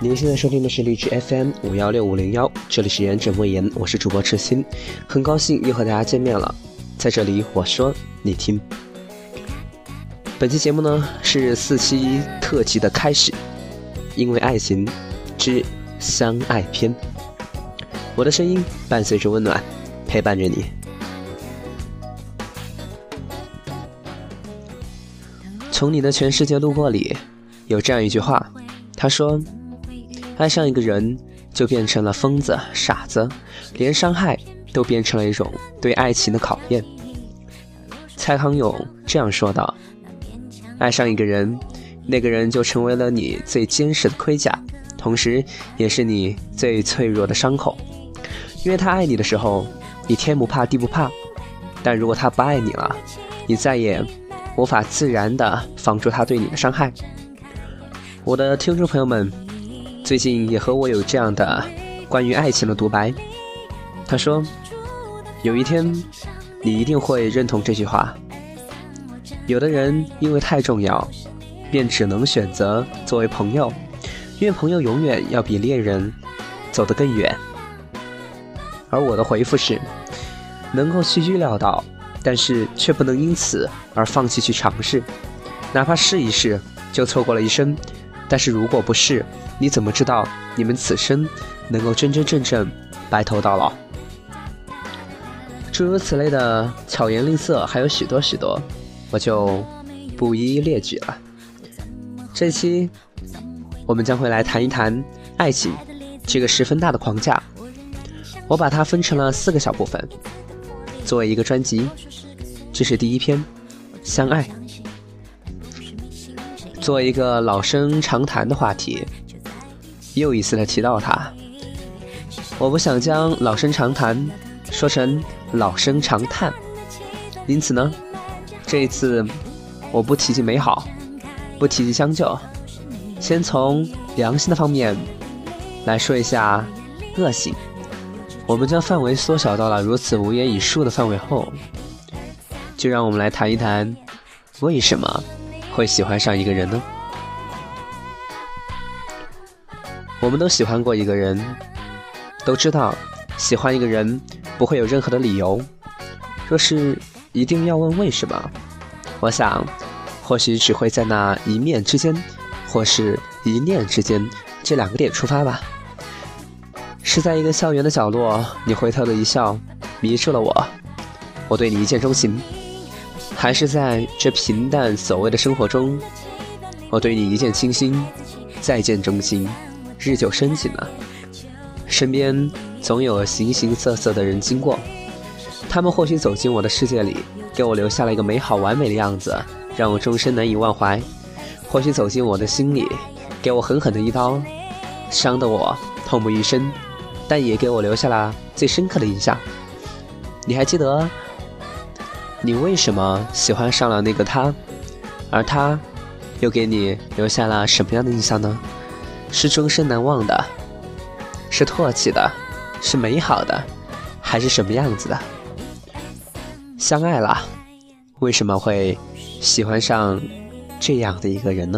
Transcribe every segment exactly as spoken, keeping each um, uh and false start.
您现在收听的是荔枝 F M 五一六五零一，这里是言者莫言，我是主播赤心，很高兴又和大家见面了。在这里我说你听。本期节目呢是四期特辑的开始，因为爱情之相爱篇。我的声音伴随着温暖，陪伴着你。从你的全世界路过里有这样一句话，他说爱上一个人就变成了疯子傻子，连伤害都变成了一种对爱情的考验。蔡康永这样说道，爱上一个人，那个人就成为了你最坚实的盔甲，同时也是你最脆弱的伤口。因为他爱你的时候，你天不怕地不怕，但如果他不爱你了，你再也无法自然地防住他对你的伤害。我的听众朋友们最近也和我有这样的关于爱情的独白，他说有一天你一定会认同这句话，有的人因为太重要便只能选择作为朋友，因为朋友永远要比恋人走得更远。而我的回复是，能够去预料到，但是却不能因此而放弃去尝试，哪怕试一试就错过了一生，但是如果不是，你怎么知道你们此生能够真真正正白头到老？诸如此类的巧言令色还有许多许多，我就不一一列举了。这期我们将会来谈一谈爱情这个十分大的框架，我把它分成了四个小部分作为一个专辑。这是第一篇，相爱。作为一个老生常谈的话题，又一次的提到它，我不想将老生常谈说成老生常谈，因此呢，这一次我不提及美好，不提及将就，先从良心的方面来说一下恶性。我们将范围缩小到了如此无言以述的范围后，就让我们来谈一谈为什么会喜欢上一个人呢？我们都喜欢过一个人，都知道喜欢一个人不会有任何的理由，若是一定要问为什么，我想或许只会在那一面之间或是一念之间这两个点出发吧。是在一个校园的角落，你回头的一笑迷住了我，我对你一见钟情，还是在这平淡所谓的生活中，我对你一见倾心，再见钟情，日久生情了。身边总有形形色色的人经过，他们或许走进我的世界里，给我留下了一个美好完美的样子，让我终身难以忘怀；或许走进我的心里，给我狠狠的一刀，伤得我痛不欲生，但也给我留下了最深刻的印象。你还记得你为什么喜欢上了那个他，而他又给你留下了什么样的印象呢？是终身难忘的，是唾弃的，是美好的，还是什么样子的？相爱了，为什么会喜欢上这样的一个人呢？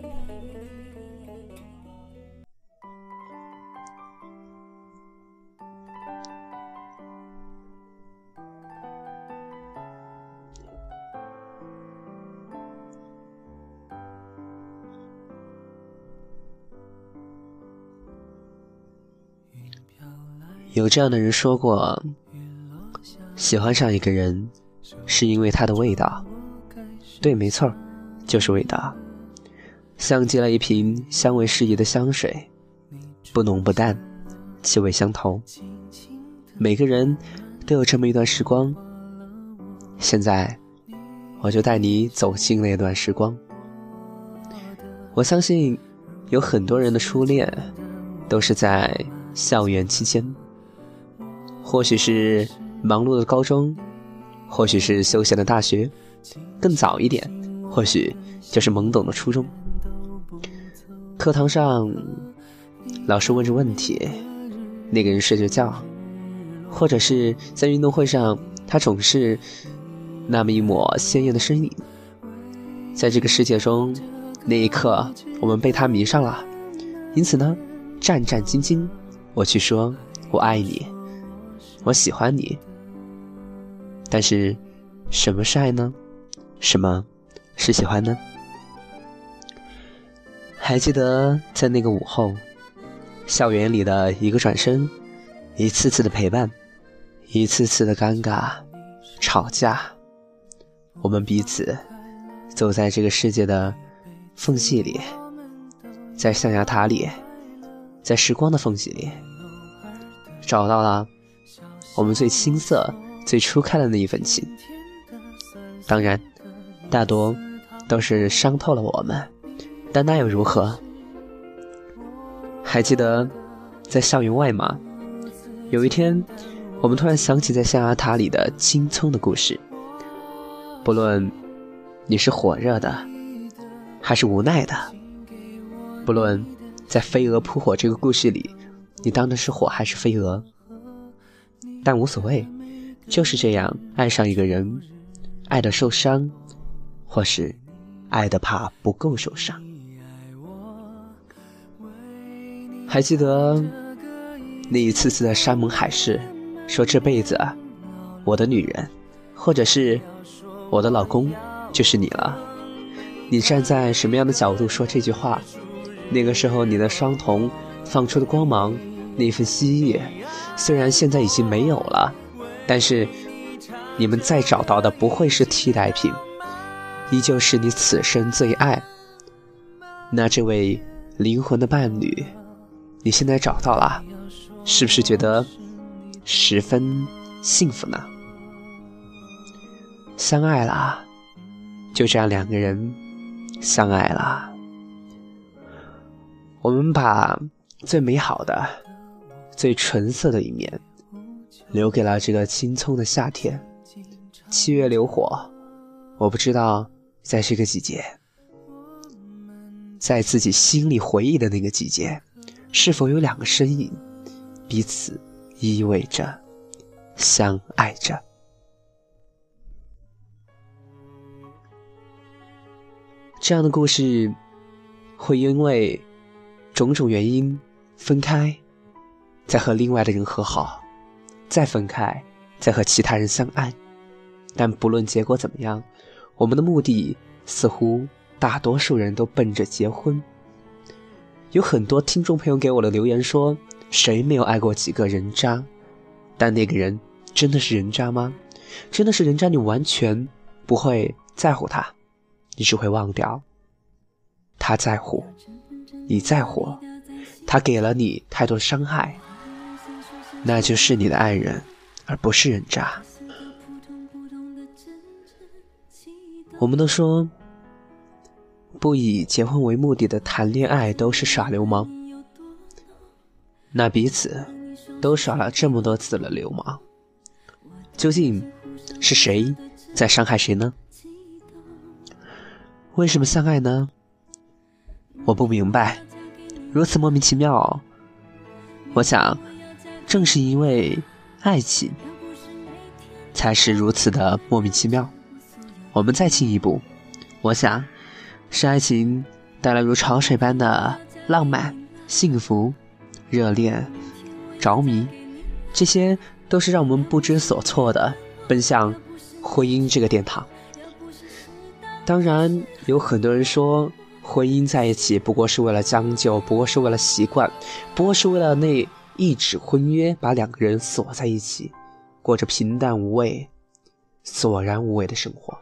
有这样的人说过，喜欢上一个人是因为他的味道。对，没错，就是味道。像极了一瓶香味适宜的香水，不浓不淡，气味相投。每个人都有这么一段时光，现在我就带你走进那段时光。我相信有很多人的初恋都是在校园期间，或许是忙碌的高中，或许是休闲的大学，更早一点，或许就是懵懂的初中。课堂上老师问着问题，那个人睡着觉，或者是在运动会上，他总是那么一抹鲜艳的身影。在这个世界中，那一刻我们被他迷上了，因此呢， 战战兢兢，我去说我爱你，我喜欢你。但是什么是爱呢？什么是喜欢呢？还记得在那个午后，校园里的一个转身，一次次的陪伴，一次次的尴尬吵架，我们彼此走在这个世界的缝隙里，在象牙塔里，在时光的缝隙里，找到了我们最青涩最初开的那一份情。当然大多都是伤透了我们，但那又如何？还记得在校园外吗？有一天我们突然想起在象牙塔里的青葱的故事。不论你是火热的还是无奈的，不论在飞蛾扑火这个故事里你当的是火还是飞蛾，但无所谓，就是这样爱上一个人，爱得受伤，或是爱得怕不够受伤。还记得那一次次的山盟海誓，说这辈子我的女人或者是我的老公就是你了。你站在什么样的角度说这句话？那个时候你的双瞳放出的光芒，那份蜥蜴虽然现在已经没有了，但是你们再找到的不会是替代品，依旧是你此生最爱那这位灵魂的伴侣。你现在找到了，是不是觉得十分幸福呢？相爱了，就这样两个人相爱了。我们把最美好的最纯色的一面留给了这个青葱的夏天。七月流火，我不知道在这个季节，在自己心里回忆的那个季节，是否有两个身影彼此依偎着相爱着。这样的故事会因为种种原因分开，再和另外的人和好，再分开，再和其他人相爱。但不论结果怎么样，我们的目的似乎大多数人都奔着结婚。有很多听众朋友给我的留言说，谁没有爱过几个人渣？但那个人真的是人渣吗？真的是人渣，你完全不会在乎他，你只会忘掉他在乎，你在乎，他给了你太多伤害，那就是你的爱人，而不是人渣。我们都说不以结婚为目的的谈恋爱都是耍流氓，那彼此都耍了这么多次的流氓，究竟是谁在伤害谁呢？为什么相爱呢？我不明白，如此莫名其妙。我想正是因为爱情才是如此的莫名其妙。我们再进一步，我想是爱情带来如潮水般的浪漫、幸福、热恋、着迷，这些都是让我们不知所措的奔向婚姻这个殿堂。当然有很多人说婚姻在一起不过是为了将就，不过是为了习惯，不过是为了那一纸婚约把两个人锁在一起，过着平淡无味、索然无味的生活。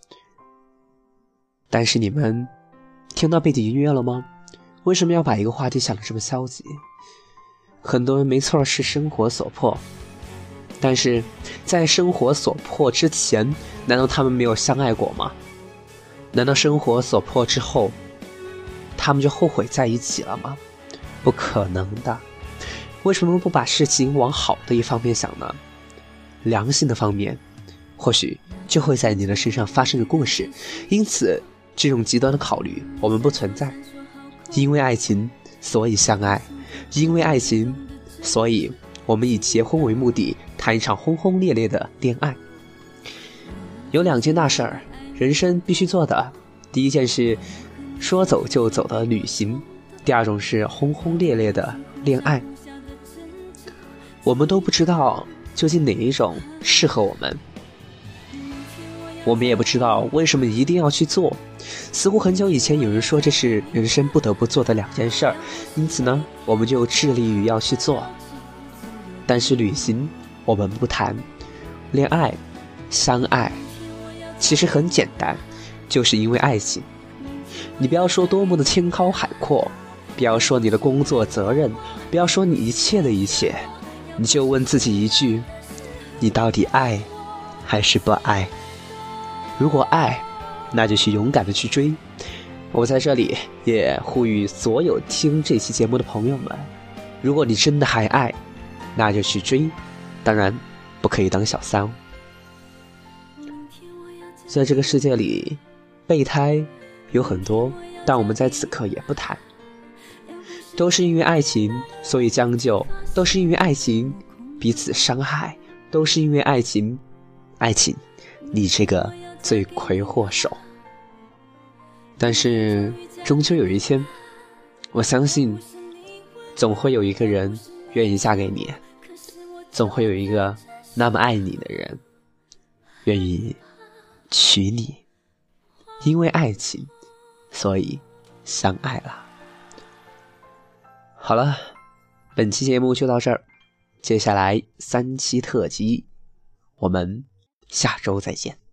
但是你们听到背景音乐了吗？为什么要把一个话题想得这么消极？很多人没错是生活所迫，但是在生活所迫之前，难道他们没有相爱过吗？难道生活所迫之后他们就后悔在一起了吗？不可能的。为什么不把事情往好的一方面想呢？良性的方面或许就会在你的身上发生着故事。因此这种极端的考虑我们不存在。因为爱情所以相爱，因为爱情所以我们以结婚为目的谈一场轰轰烈烈的恋爱。有两件大事儿人生必须做的，第一件是说走就走的旅行， 第二种是轰轰烈烈的恋爱。我们都不知道究竟哪一种适合我们，我们也不知道为什么一定要去做。似乎很久以前有人说这是人生不得不做的两件事儿，因此呢，我们就致力于要去做。但是旅行我们不谈，恋爱相爱其实很简单，就是因为爱情。你不要说多么的天高海阔，不要说你的工作责任，不要说你一切的一切，你就问自己一句，你到底爱还是不爱？如果爱，那就去勇敢的去追。我在这里也呼吁所有听这期节目的朋友们，如果你真的还爱，那就去追，当然不可以当小三。在这个世界里，备胎有很多，但我们在此刻也不谈。都是因为爱情所以将就，都是因为爱情彼此伤害，都是因为爱情，爱情你这个罪魁祸首。但是终究有一天，我相信总会有一个人愿意嫁给你，总会有一个那么爱你的人愿意娶你。因为爱情所以相爱了。好了，本期节目就到这儿，接下来三期特辑我们下周再见。